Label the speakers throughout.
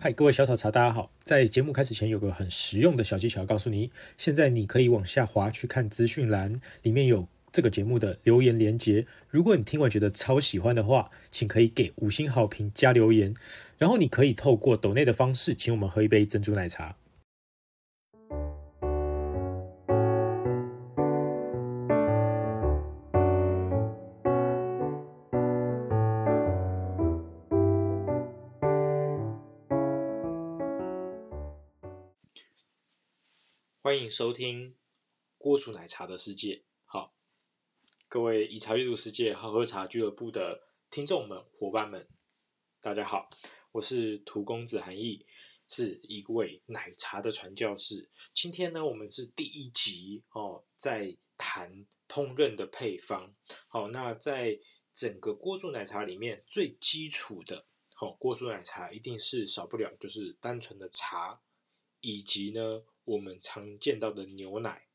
Speaker 1: 嗨，各位小草茶，大家好。在节目开始前，有个很实用的小技巧要告诉你。现在你可以往下滑去看资讯栏，里面有这个节目的留言连结。如果你听完觉得超喜欢的话，请可以给5星好评加留言。然后你可以透过抖内的方式，请我们喝一杯珍珠奶茶。欢迎收听锅煮奶茶的世界。好，各位以茶阅读世界好喝茶俱乐部的听众们、伙伴们，大家好，我是荼公子韩毅，是一位奶茶的传教士。今天呢，我们是第1集在谈烹饪的配方。好，那在整个锅煮奶茶里面，最基础的锅煮奶茶一定是少不了就是单纯的茶，以及呢我们常见到的牛奶。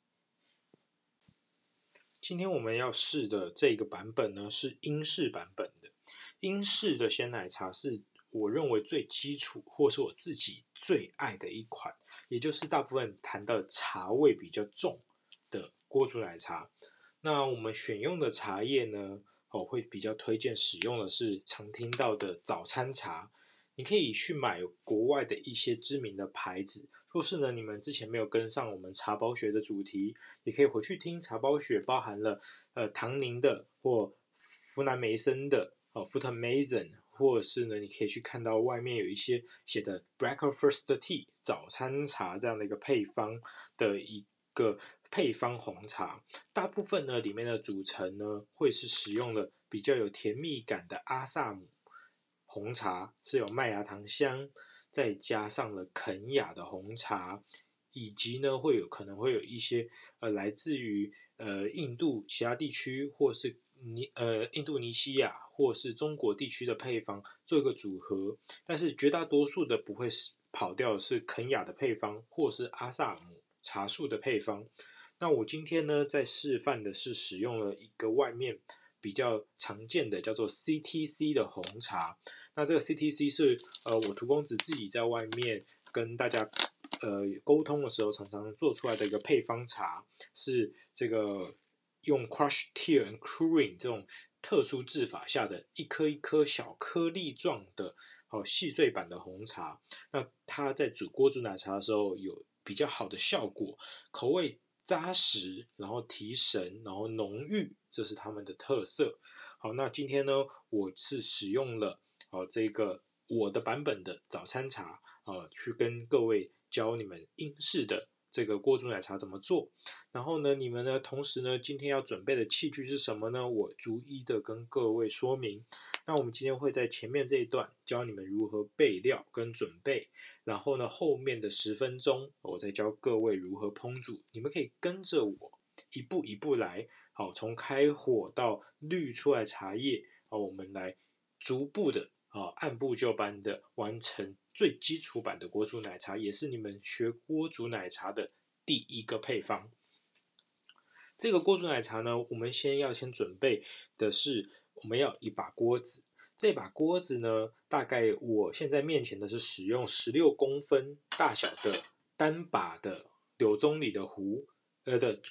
Speaker 1: 今天我们要试的这个版本呢是英式版本的。英式的鲜奶茶是我认为最基础，或是我自己最爱的一款，也就是大部分谈到茶味比较重的锅煮奶茶。那我们选用的茶叶呢，会比较推荐使用的是常听到的早餐茶。你可以去买国外的一些知名的牌子，若是呢你们之前没有跟上我们茶包学的主题，也可以回去听茶包学，包含了唐宁的或福南梅森的Futon Mason， 或者是呢你可以去看到外面有一些写的 breakfast tea 早餐茶这样的一个配方的一个配方红茶。大部分呢里面的组成呢会是使用了比较有甜蜜感的阿萨姆红茶，是有麦芽糖香，再加上了肯雅的红茶，以及呢可能会有一些来自于印度其他地区，或是印度尼西亚或是中国地区的配方做一个组合。但是绝大多数的不会跑掉的是肯雅的配方，或是阿萨姆茶树的配方。那我今天呢在示范的是使用了一个外面比较常见的叫做 CTC 的红茶。那这个 CTC 是我荼公子自己在外面跟大家沟通的时候常常做出来的一个配方茶，是这个用 crush tear and crewing 这种特殊制法下的一颗一颗小颗粒状的细碎版的红茶。那它在煮锅煮奶茶的时候有比较好的效果，口味扎实，然后提神，然后浓郁，这是他们的特色。好，那今天呢我是使用了这个我的版本的早餐茶去跟各位教你们英式的这个锅煮奶茶怎么做。然后呢，你们呢，同时呢，今天要准备的器具是什么呢？我逐一的跟各位说明。那我们今天会在前面这一段教你们如何备料跟准备，然后呢，后面的10分钟我再教各位如何烹煮。你们可以跟着我一步一步来，好，从开火到滤出来茶叶，我们来逐步的按部就班的完成最基础版的锅煮奶茶，也是你们学锅煮奶茶的第1个配方。这个锅煮奶茶呢，我们先准备的是我们要一把锅子。这把锅子呢，大概我现在面前的是使用16公分大小的单把的柳宗理的壶的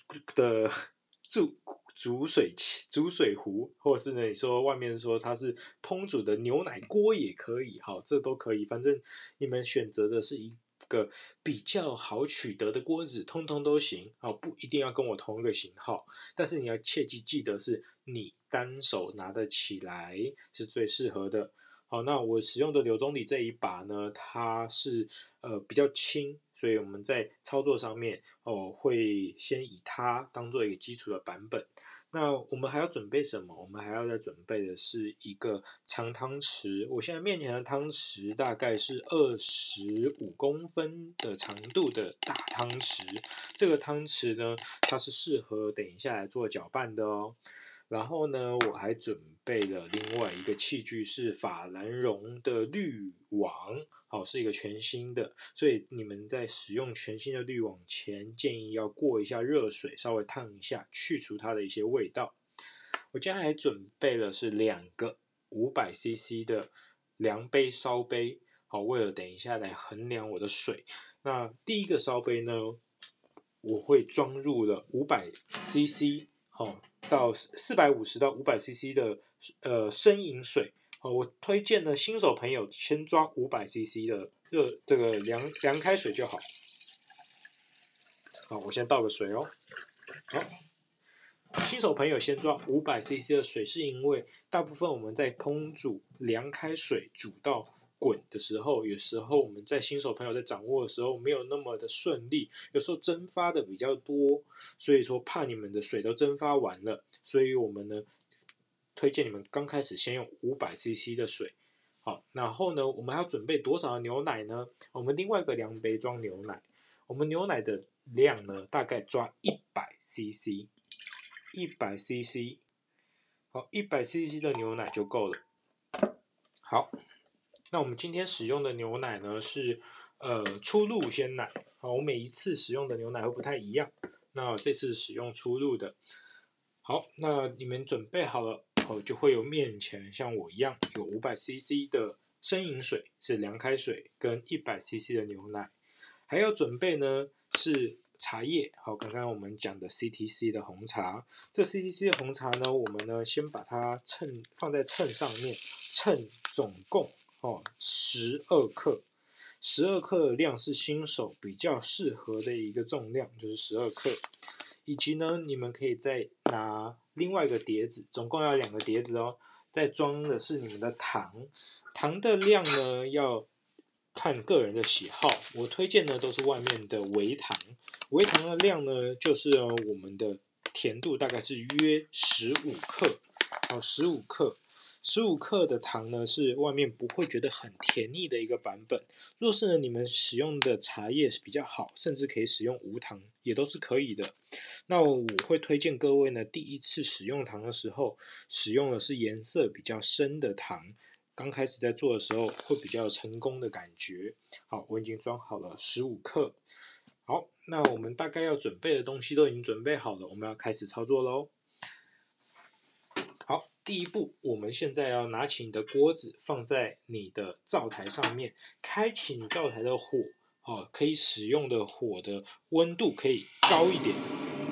Speaker 1: 煮水壶，或者是呢你说外面说它是烹煮的牛奶锅也可以，好，这都可以，反正你们选择的是一个比较好取得的锅子，通通都行，不一定要跟我同一个型号，但是你要切记记得是你单手拿得起来是最适合的。好，那我使用的柳宗理这一把呢，它是比较轻，所以我们在操作上面会先以它当做一个基础的版本。那我们还要准备什么？我们还要再准备的是一个长汤匙。我现在面前的汤匙大概是25公分的长度的大汤匙。这个汤匙呢，它是适合等一下来做搅拌的哦。然后呢，我还准备了另外一个器具，是法兰绒的滤网，是一个全新的，所以你们在使用全新的滤网前，建议要过一下热水，稍微烫一下，去除它的一些味道。我今天还准备了是2个500cc 的量杯烧杯， 好，为了等一下来衡量我的水，那第一个烧杯呢，我会装入了500cc，好，到450到500cc 的生饮水。我推荐呢，新手朋友先抓500cc 的这个凉开水就好。好，我先倒个水哦。好，新手朋友先抓500cc 的水，是因为大部分我们在烹煮凉开水煮到滚的时候，有时候我们在新手朋友在掌握的时候没有那么的顺利，有时候蒸发的比较多，所以说怕你们的水都蒸发完了，所以我们呢推荐你们刚开始先用500cc 的水。好，然后呢，我们还要准备多少的牛奶呢？我们另外一个量杯装牛奶，我们牛奶的量呢大概抓100cc，好，100cc 的牛奶就够了。好，那我们今天使用的牛奶呢是初露鲜奶。好，我每一次使用的牛奶会不太一样，那这次使用初露的。好，那你们准备好了，就会有面前像我一样有500cc 的生饮水，是凉开水，跟100cc 的牛奶，还要准备呢是茶叶。好，刚刚我们讲的 CTC 的红茶，这 CTC 的红茶呢，我们呢先把它放在秤上面，称总共12克。12克的量是新手比较适合的一个重量，就是12克。以及呢，你们可以再拿另外一个碟子，总共要2个碟子哦。再装的是你们的糖，糖的量呢要看个人的喜好，我推荐呢都是外面的微糖。微糖的量呢，就是我们的甜度大概是约15克，好，15克的糖呢是外面不会觉得很甜腻的一个版本。若是呢你们使用的茶叶是比较好，甚至可以使用无糖，也都是可以的。那我会推荐各位呢，第一次使用糖的时候，使用的是颜色比较深的糖。刚开始在做的时候会比较成功的感觉。好，我已经装好了15克。好，那我们大概要准备的东西都已经准备好了，我们要开始操作喽。好，第一步，我们现在要拿起你的锅子，放在你的灶台上面，开启你灶台的火，可以使用的火的温度可以高一点。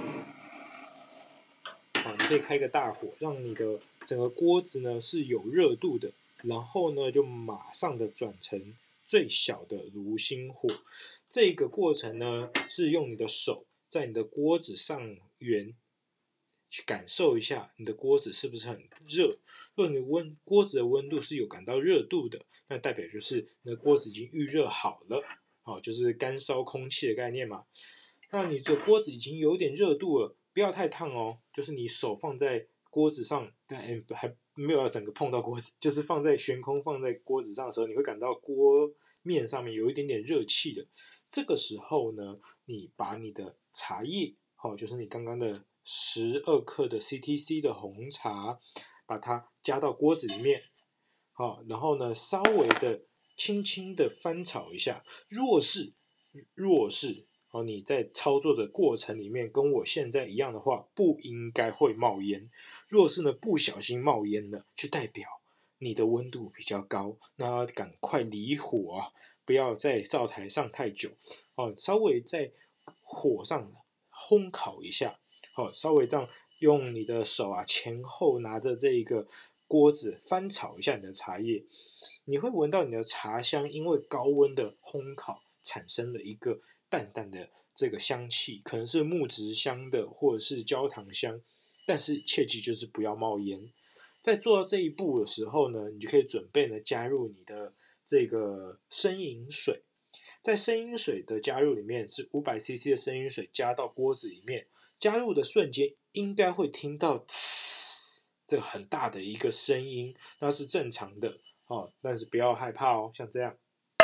Speaker 1: 好，你可以开个大火，让你的整个锅子呢是有热度的，然后呢就马上的转成最小的炉心火。这个过程呢是用你的手在你的锅子上缘去感受一下你的锅子是不是很热。若你锅子的温度是有感到热度的，那代表就是你的锅子已经预热好了。好，就是干烧空气的概念嘛。那你的锅子已经有点热度了，不要太烫哦，就是你手放在锅子上，但还没有要整个碰到锅子，就是放在悬空放在锅子上的时候，你会感到锅面上面有一点点热气的。这个时候呢，你把你的茶叶，就是你刚刚的12克的 CTC 的红茶，把它加到锅子里面，好，然后呢，稍微的轻轻的翻炒一下。若是你在操作的过程里面跟我现在一样的话，不应该会冒烟。若是呢不小心冒烟了，就代表你的温度比较高，那赶快离火啊，不要在灶台上太久，稍微在火上烘烤一下，稍微这样用你的手前后拿着这个锅子翻炒一下你的茶叶，你会闻到你的茶香因为高温的烘烤产生了一个淡淡的这个香气，可能是木质香的或者是焦糖香，但是切记就是不要冒烟。在做到这一步的时候呢，你就可以准备呢加入你的这个生饮水。在生饮水的加入里面是500cc 的生饮水加到锅子里面，加入的瞬间应该会听到这很大的一个声音，那是正常的但是不要害怕哦，像这样。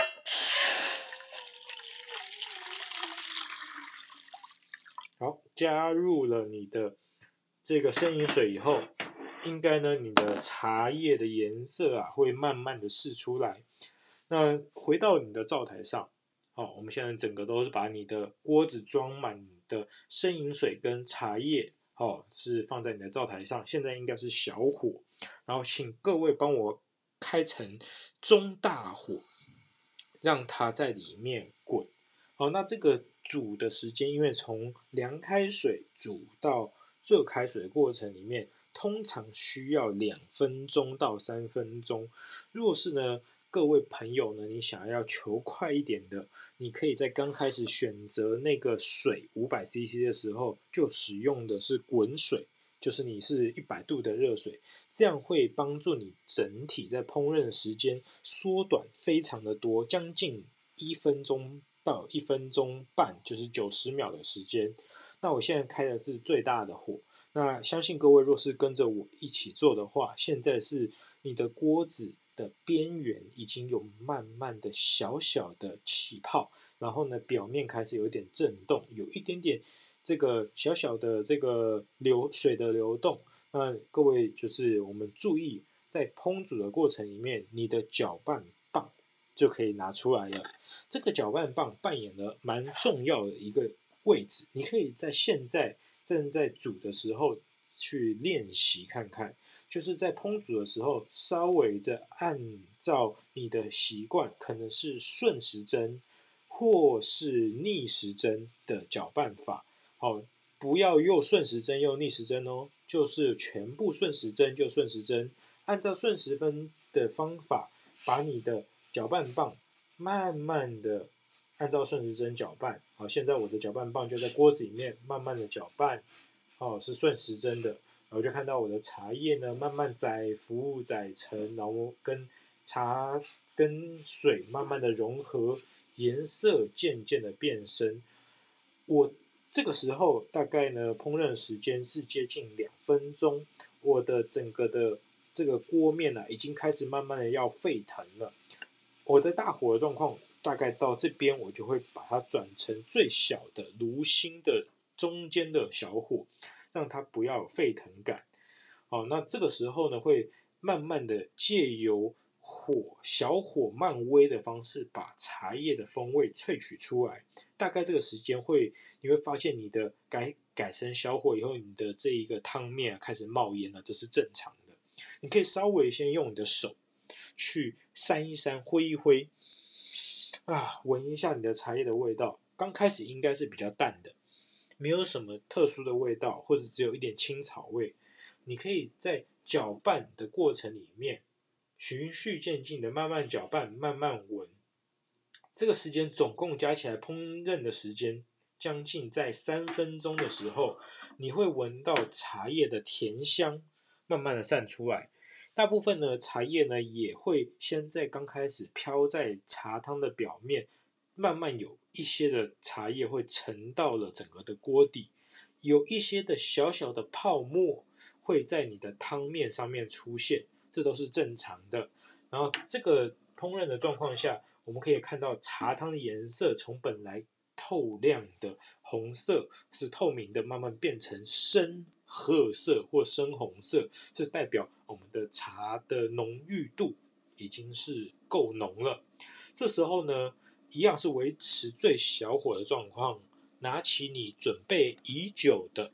Speaker 1: 好，加入了你的这个生饮水以后，应该呢你的茶叶的颜色会慢慢的释出来。那回到你的灶台上，我们现在整个都是把你的锅子装满你的生饮水跟茶叶，是放在你的灶台上，现在应该是小火，然后请各位帮我开成中大火。 让它在里面滚。好，那这个煮的时间，因为从凉开水煮到热开水的过程里面，通常需要2分钟到3分钟。若是呢，各位朋友呢，你想要求快一点的，你可以在刚开始选择那个水500cc 的时候，就使用的是滚水，就是你是100度的热水，这样会帮助你整体在烹饪的时间缩短非常的多，将近1分钟到1分钟半，就是90秒的时间。那我现在开的是最大的火，那相信各位若是跟着我一起做的话，现在是你的锅子的边缘已经有慢慢的小小的起泡，然后呢，表面开始有一点震动，有一点点这个小小的这个水的流动。那各位就是我们注意，在烹煮的过程里面，你的搅拌棒就可以拿出来了。这个搅拌棒扮演了蛮重要的一个位置，你可以在现在正在煮的时候去练习看看，就是在烹煮的时候，稍微的按照你的习惯，可能是顺时针或是逆时针的搅拌法，哦，不要又顺时针又逆时针哦，就是全部顺时针就顺时针，按照顺时针的方法，把你的搅拌棒慢慢的按照顺时针搅拌。好，现在我的搅拌棒就在锅子里面慢慢的搅拌，哦，是顺时针的。然后就看到我的茶叶呢慢慢载浮载沉，然后跟茶跟水慢慢的融合，颜色渐渐的变深。我这个时候大概呢烹饪时间是接近2分钟，我的整个的这个锅面已经开始慢慢的要沸腾了。我的大火的状况大概到这边，我就会把它转成最小的炉心的中间的小火，让它不要有沸腾感。哦，那这个时候呢，会慢慢的借由小火慢煨的方式，把茶叶的风味萃取出来。大概这个时间你会发现你的改成小火以后，你的这一个汤面开始冒烟了，这是正常的。你可以稍微先用你的手去扇一扇、挥一挥，闻一下你的茶叶的味道。刚开始应该是比较淡的，没有什么特殊的味道，或者只有一点青草味。你可以在搅拌的过程里面，循序渐进的慢慢搅拌，慢慢闻。这个时间总共加起来烹饪的时间，将近在3分钟的时候，你会闻到茶叶的甜香慢慢的散出来。大部分呢，茶叶呢也会先在刚开始飘在茶汤的表面，慢慢有一些的茶叶会沉到了整个的锅底，有一些的小小的泡沫会在你的汤面上面出现，这都是正常的。然后这个烹饪的状况下，我们可以看到茶汤的颜色从本来透亮的红色是透明的，慢慢变成深褐色或深红色，这代表我们的茶的浓郁度已经是够浓了。这时候呢，一样是维持最小火的状况，拿起你准备已久的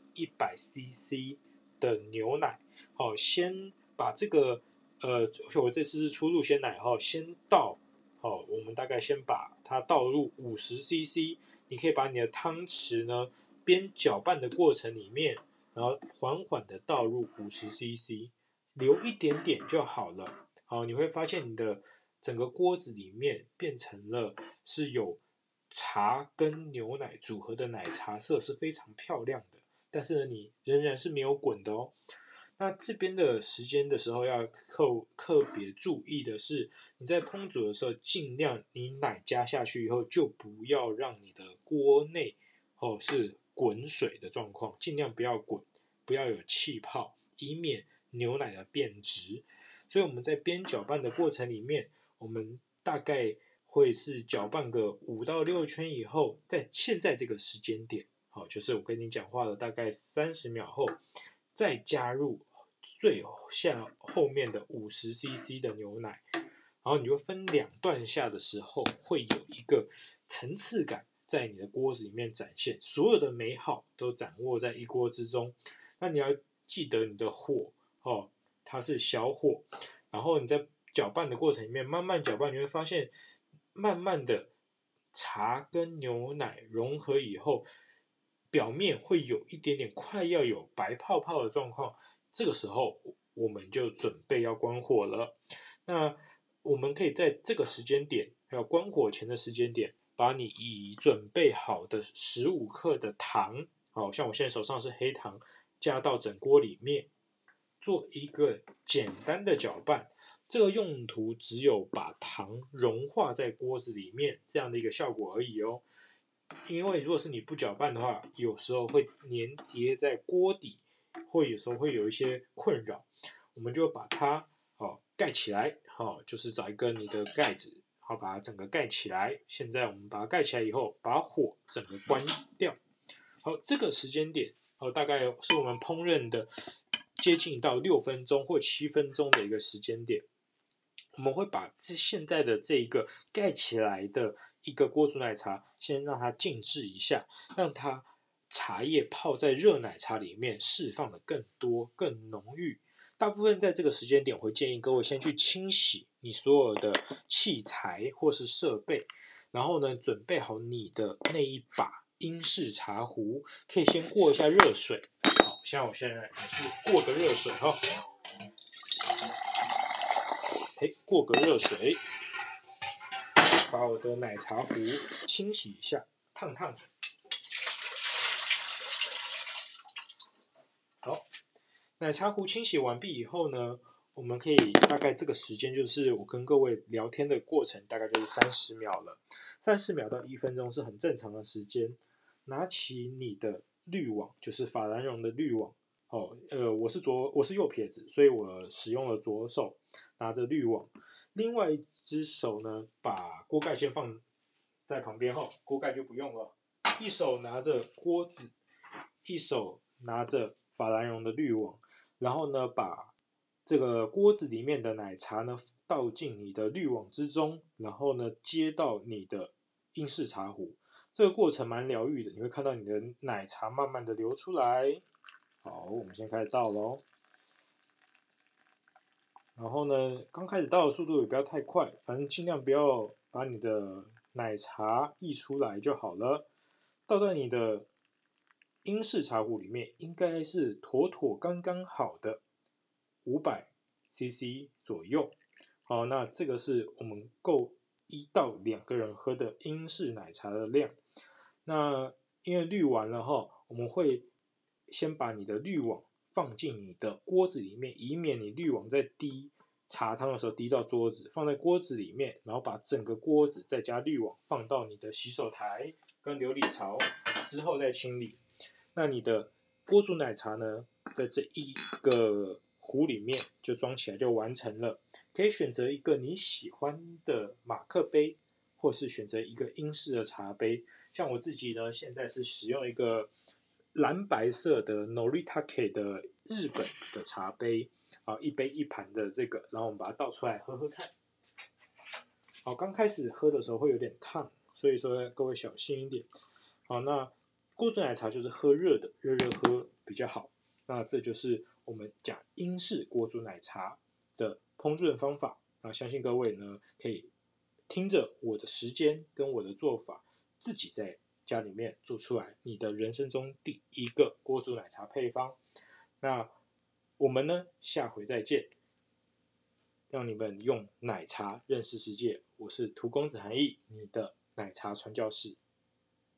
Speaker 1: 100cc 的牛奶，好，先把这个我这次是初入鲜奶后，先倒，好，我们大概先把它倒入50cc，你可以把你的汤匙呢边搅拌的过程里面，然后缓缓的倒入50cc，留一点点就好了。好，你会发现你的整个锅子里面变成了是有茶跟牛奶组合的奶茶色，是非常漂亮的。但是呢，你仍然是没有滚的哦。那这边的时间的时候要特别注意的是，你在烹煮的时候，尽量你奶加下去以后，就不要让你的锅内是滚水的状况，尽量不要滚，不要有气泡，以免牛奶的变质。所以我们在边搅拌的过程里面，我们大概会是搅拌个5到6圈以后，在现在这个时间点，好，就是我跟你讲话的大概30秒后，再加入最后面的50cc 的牛奶，然后你就分2段下的时候，会有一个层次感在你的锅子里面展现，所有的美好都掌握在一锅之中。那你要记得你的火它是小火，然后你在搅拌的过程里面慢慢搅拌，你会发现慢慢的茶跟牛奶融合以后，表面会有一点点快要有白泡泡的状况，这个时候我们就准备要关火了。那我们可以在这个时间点，还有关火前的时间点，把你已准备好的15克的糖，好像我现在手上是黑糖，加到整锅里面，做一个简单的搅拌。这个用途只有把糖融化在锅子里面这样的一个效果而已哦。因为如果是你不搅拌的话，有时候会粘叠在锅底，或有时候会有一些困扰。我们就把它盖起来，就是找一个你的盖子，好把它整个盖起来。现在我们把它盖起来以后，把火整个关掉。好，这个时间点大概是我们烹饪的接近到6分钟或7分钟的一个时间点。我们会把现在的这一个盖起来的一个锅煮奶茶，先让它静置一下，让它茶叶泡在热奶茶里面释放的更多、更浓郁。大部分在这个时间点，我会建议各位先去清洗你所有的器材或是设备，然后呢，准备好你的那一把英式茶壶，可以先过一下热水。好，像我现在也是过个热水哈。过个热水，把我的奶茶壶清洗一下，烫烫。好，奶茶壶清洗完毕以后呢，我们可以大概这个时间就是我跟各位聊天的过程，大概就是30秒了。30秒到1分钟是很正常的时间。拿起你的滤网，就是法兰绒的滤网。我是右撇子，所以我使用了左手拿着滤网，另外一只手呢，把锅盖先放在旁边后，锅盖就不用了。一手拿着锅子，一手拿着法兰绒的滤网，然后呢，把这个锅子里面的奶茶呢倒进你的滤网之中，然后呢接到你的英式茶壶。这个过程蛮疗愈的，你会看到你的奶茶慢慢的流出来。好，我们先开始倒喽。然后呢，刚开始倒的速度也不要太快，反正尽量不要把你的奶茶溢出来就好了。倒在你的英式茶壶里面，应该是妥妥刚刚好的500cc 左右。好，那这个是我们够1到2个人喝的英式奶茶的量。那因为滤完了哈，我们会先把你的滤网放进你的锅子里面，以免你滤网在滴茶汤的时候滴到桌子，放在锅子里面，然后把整个锅子再加滤网放到你的洗手台跟琉璃槽之后再清理。那你的锅煮奶茶呢，在这一个壶里面就装起来就完成了。可以选择一个你喜欢的马克杯，或是选择一个英式的茶杯。像我自己呢，现在是使用一个蓝白色的 Noritake 的日本的茶杯，一杯1盘的这个，然后我们把它倒出来喝喝看。好，刚开始喝的时候会有点烫，所以说各位小心一点。好，那锅煮奶茶就是喝热的，热热喝比较好。那这就是我们讲英式锅煮奶茶的烹饪方法。那相信各位呢，可以听着我的时间跟我的做法，自己在家里面做出来你的人生中第一个锅煮奶茶配方。那我们呢，下回再见，让你们用奶茶认识世界。我是荼公子韩毅，你的奶茶传教士。